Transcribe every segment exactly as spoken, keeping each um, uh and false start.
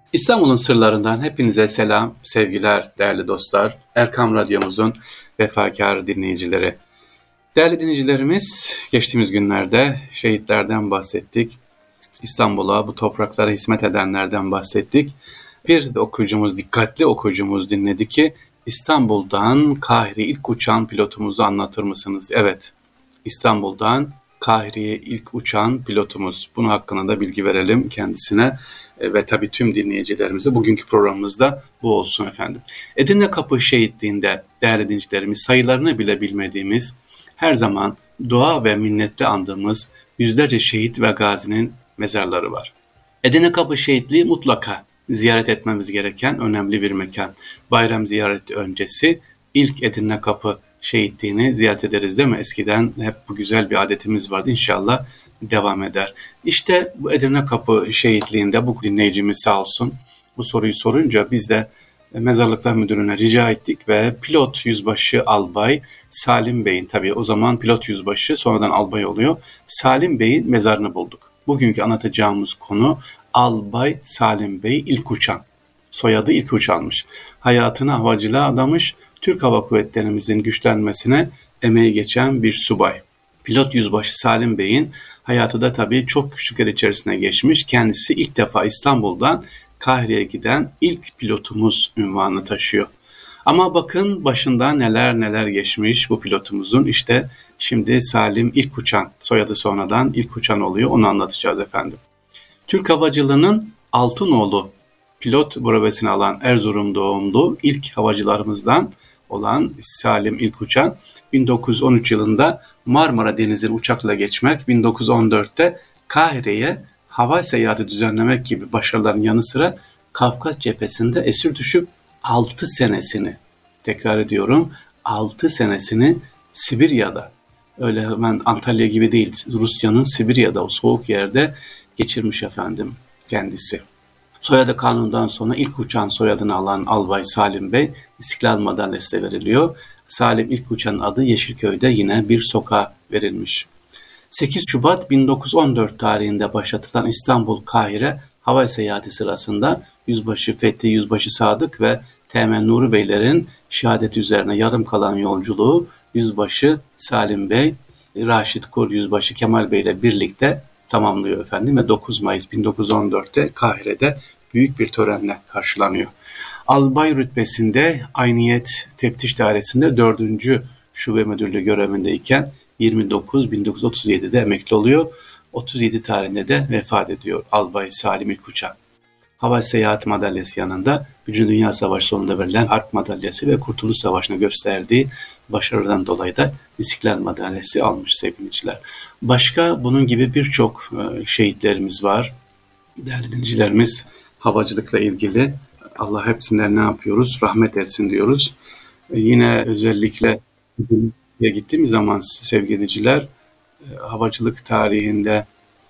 İstanbul'un sırlarından hepinize selam, sevgiler değerli dostlar. Erkam Radyomuzun vefakar dinleyicileri. Değerli dinleyicilerimiz, geçtiğimiz günlerde şehitlerden bahsettik. İstanbul'a, bu topraklara hizmet edenlerden bahsettik. Bir de okuyucumuz, dikkatli okuyucumuz dinledi ki İstanbul'dan Kahire'ye ilk uçan pilotumuzu anlatır mısınız? Evet, İstanbul'dan Kahire'ye ilk uçan pilotumuz. Bunun hakkında da bilgi verelim kendisine e, ve tabii tüm dinleyicilerimize. Bugünkü programımızda bu olsun efendim. Edirne Kapı Şehitliği'nde değerli dinleyicilerimiz, sayılarını bile bilmediğimiz, her zaman dua ve minnetle andığımız yüzlerce şehit ve gazinin mezarları var. Edirne Kapı Şehitliği mutlaka ziyaret etmemiz gereken önemli bir mekan. Bayram ziyareti öncesi ilk Edirne Kapı Şehitliğini ziyaret ederiz değil mi? Eskiden hep bu güzel bir adetimiz vardı. İnşallah devam eder. İşte bu Edirne Kapı Şehitliği'nde bu dinleyicimiz sağ olsun bu soruyu sorunca biz de Mezarlıklar Müdürü'ne rica ettik ve pilot yüzbaşı albay Salim Bey'in, tabii o zaman pilot yüzbaşı sonradan albay oluyor, Salim Bey'in mezarını bulduk. Bugünkü anlatacağımız konu Albay Salim Bey İlk Uçan. Soyadı İlk Uçanmış. Hayatını havacılığa adamış, Türk Hava Kuvvetlerimizin güçlenmesine emeği geçen bir subay. Pilot yüzbaşı Salim Bey'in hayatı da tabii çok küçükler içerisine geçmiş. Kendisi ilk defa İstanbul'dan Kahire'ye giden ilk pilotumuz unvanını taşıyor. Ama bakın başından neler neler geçmiş bu pilotumuzun. İşte şimdi Salim İlk Uçan, soyadı sonradan İlk Uçan oluyor, onu anlatacağız efendim. Türk havacılığının Altınoğlu pilot brevetini alan Erzurum doğumlu ilk havacılarımızdan olan Salim İlk Uçan, bin dokuz yüz on üç yılında Marmara Denizi'ni uçakla geçmek, bin dokuz yüz on dörtte Kahire'ye hava seyahati düzenlemek gibi başarıların yanı sıra Kafkas cephesinde esir düşüp altı senesini, tekrar ediyorum, altı senesini Sibirya'da, öyle hemen Antalya gibi değil, Rusya'nın Sibirya'da o soğuk yerde geçirmiş efendim kendisi. Soyadı kanundan sonra ilk uçan soyadını alan Albay Salim Bey İstiklal Madalyası da veriliyor. Salim İlk Uçan'ın adı Yeşilköy'de yine bir sokağa verilmiş. sekiz Şubat bin dokuz yüz on dört tarihinde başlatılan İstanbul-Kahire hava seyahati sırasında Yüzbaşı Fethi, Yüzbaşı Sadık ve Teğmen Nuri Beylerin şehadeti üzerine yarım kalan yolculuğu Yüzbaşı Salim Bey, Raşit Kur, Yüzbaşı Kemal Bey ile birlikte tamamlıyor efendim ve dokuz Mayıs bin dokuz yüz on dörtte Kahire'de büyük bir törenle karşılanıyor. Albay rütbesinde Ayniyet Teftiş Dairesi'nde dördüncü Şube Müdürlüğü görevindeyken yirmi dokuz bin dokuz yüz otuz yedide emekli oluyor. otuz yedi tarihinde de vefat ediyor Albay Salim İlk Uçan. Hava Seyahati Madalyası yanında Birinci Dünya Savaşı sonunda verilen Harp Madalyası ve Kurtuluş Savaşı'na gösterdiği başarıdan dolayı da İstiklal Madalyası almış sevgiliciler. Başka bunun gibi birçok şehitlerimiz var. Değerli dinleyicilerimiz, havacılıkla ilgili Allah hepsinden ne yapıyoruz? Rahmet etsin diyoruz. Yine özellikle gittiğimiz zaman sevgili dinleyiciler, havacılık tarihinde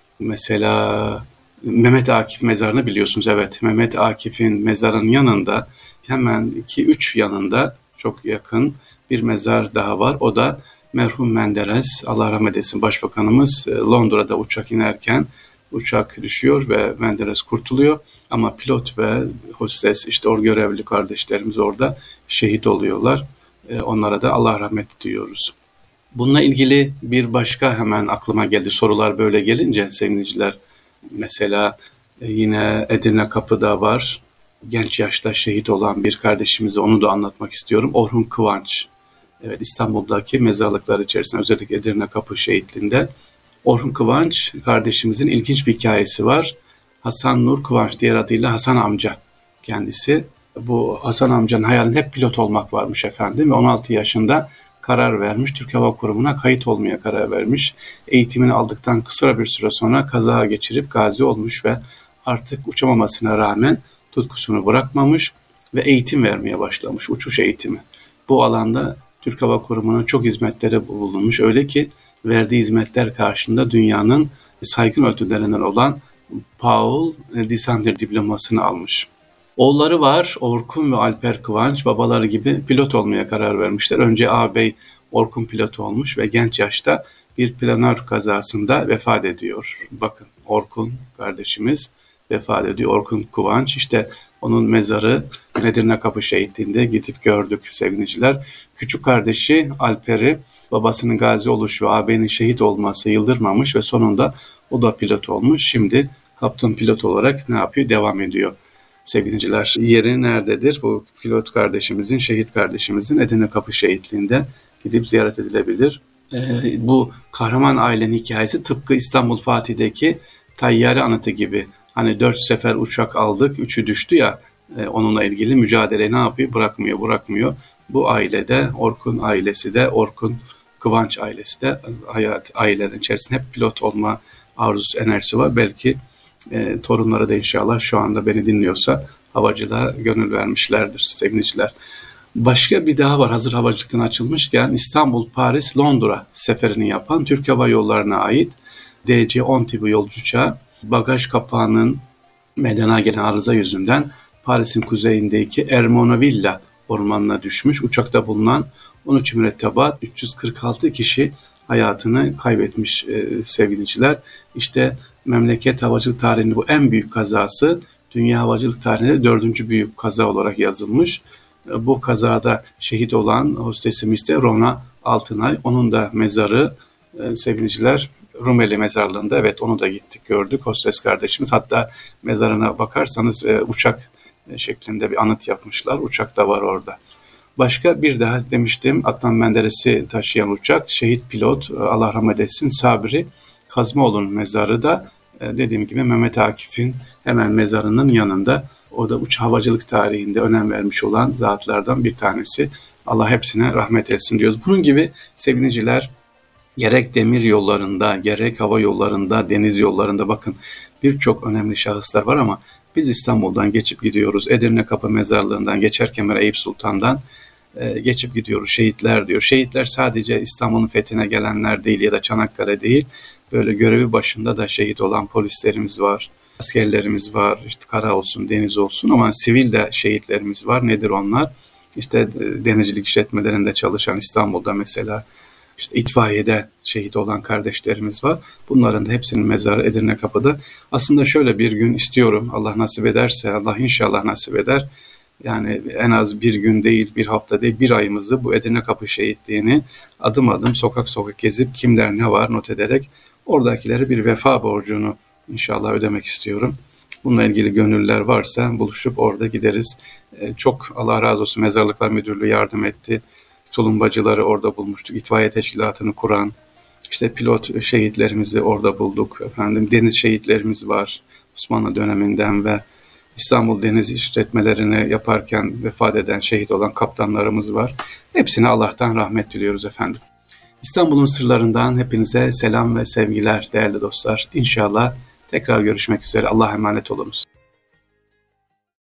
mesela Mehmet Akif mezarını biliyorsunuz. Evet, Mehmet Akif'in mezarının yanında hemen iki üç yanında çok yakın bir mezar daha var. O da merhum Menderes, Allah rahmet etsin, Başbakanımız Londra'da uçak inerken uçak düşüyor ve Menderes kurtuluyor. Ama pilot ve hostes, işte o görevli kardeşlerimiz orada şehit oluyorlar. Onlara da Allah rahmet diyoruz. Bununla ilgili bir başka hemen aklıma geldi. Sorular böyle gelince sevgiliciler, mesela yine Edirne Kapı'da var. Genç yaşta şehit olan bir kardeşimize, onu da anlatmak istiyorum. Orhun Kıvanç. Evet, İstanbul'daki mezarlıklar içerisinde, özellikle Edirne Kapı şehitliğinde Orhun Kıvanç kardeşimizin ilginç bir hikayesi var. Hasan Nur Kıvanç, diğer adıyla Hasan amca kendisi. Bu Hasan amcanın hayalinde hep pilot olmak varmış efendim. on altı yaşında karar vermiş. Türk Hava Kurumu'na kayıt olmaya karar vermiş. Eğitimini aldıktan kısa bir süre sonra kaza geçirip gazi olmuş ve artık uçamamasına rağmen tutkusunu bırakmamış ve eğitim vermeye başlamış. Uçuş eğitimi. Bu alanda Türk Hava Kurumu'na çok hizmetleri bulunmuş. Öyle ki verdiği hizmetler karşılığında dünyanın saygın ödüllerinden olan Paul Lysander diplomasını almış. Oğulları var, Orkun ve Alper Kıvanç, babaları gibi pilot olmaya karar vermişler. Önce ağabey Orkun pilot olmuş ve genç yaşta bir planör kazasında vefat ediyor. Bakın, Orkun kardeşimiz vefat ediyor. Orkun Kıvanç. İşte onun mezarı Edirne Kapı Şehitliği'nde gidip gördük sevgiliciler. Küçük kardeşi Alper'i babasının gazi oluşu ve ağabeyinin şehit olması yıldırmamış ve sonunda o da pilot olmuş. Şimdi kaptan pilot olarak ne yapıyor? Devam ediyor. Sevgiliciler, yeri nerededir? Bu pilot kardeşimizin, şehit kardeşimizin Edirne Kapı Şehitliği'nde gidip ziyaret edilebilir. Ee, bu kahraman ailenin hikayesi tıpkı İstanbul Fatih'teki Tayyare anıtı gibi. Hani dört sefer uçak aldık, üçü düştü ya, e, onunla ilgili mücadele ne yapıyor? Bırakmıyor, bırakmıyor. Bu ailede, Orkun ailesi de, Orkun Kıvanç ailesi de hayat ailelerin içerisinde hep pilot olma arzusu, enerjisi var. Belki e, torunları da inşallah şu anda beni dinliyorsa havacılığa gönül vermişlerdir sevgiliciler. Başka bir daha var, hazır havacılıktan açılmışken İstanbul, Paris, Londra seferini yapan Türk Hava Yolları'na ait D C on tipi yolcu uçağı bagaj kapağının meydana gelen arıza yüzünden Paris'in kuzeyindeki Ermenonville ormanına düşmüş. Uçakta bulunan on üç mürettebat üç yüz kırk altı kişi hayatını kaybetmiş e, sevgiliciler. İşte memleket havacılık tarihinin bu en büyük kazası dünya havacılık tarihinde dördüncü büyük kaza olarak yazılmış. E, bu kazada şehit olan hostesimiz de Rona Altınay. Onun da mezarı e, sevgiliciler Rumeli mezarlığında, evet onu da gittik gördük hostes kardeşimiz. Hatta mezarına bakarsanız e, uçak şeklinde bir anıt yapmışlar. Uçak da var orada. Başka bir daha demiştim, Adnan Menderes'i taşıyan uçak, şehit pilot Allah rahmet etsin Sabri Kazmaoğlu'nun mezarı da dediğim gibi Mehmet Akif'in hemen mezarının yanında. O da uç havacılık tarihinde önem vermiş olan zatlardan bir tanesi. Allah hepsine rahmet etsin diyoruz. Bunun gibi sevgiliciler, gerek demir yollarında, gerek hava yollarında, deniz yollarında bakın birçok önemli şahıslar var ama biz İstanbul'dan geçip gidiyoruz. Edirne Kapı Mezarlığı'ndan geçerken Eyüp Sultan'dan e, geçip gidiyoruz. Şehitler diyor. Şehitler sadece İstanbul'un fethine gelenler değil ya da Çanakkale değil. Böyle görevi başında da şehit olan polislerimiz var, askerlerimiz var. İşte kara olsun, deniz olsun ama sivil de şehitlerimiz var. Nedir onlar? İşte denizcilik işletmelerinde çalışan İstanbul'da mesela İşte itfaiyede şehit olan kardeşlerimiz var. Bunların da hepsinin mezarı Edirne Kapı'da. Aslında şöyle bir gün istiyorum. Allah nasip ederse, Allah inşallah nasip eder. Yani en az bir gün değil, bir hafta değil, bir ayımızı bu Edirne Kapı şehitliğini adım adım sokak sokak gezip kimler ne var not ederek oradakilere bir vefa borcunu inşallah ödemek istiyorum. Bununla ilgili gönüller varsa buluşup orada gideriz. Çok Allah razı olsun Mezarlıklar Müdürlüğü yardım etti. Tulumbacıları orada bulmuştuk. İtfaiye teşkilatını kuran, işte pilot şehitlerimizi orada bulduk. Efendim deniz şehitlerimiz var Osmanlı döneminden ve İstanbul deniz işletmelerini yaparken vefat eden, şehit olan kaptanlarımız var. Hepsine Allah'tan rahmet diliyoruz efendim. İstanbul'un sırlarından hepinize selam ve sevgiler değerli dostlar. İnşallah tekrar görüşmek üzere. Allah'a emanet olunuz.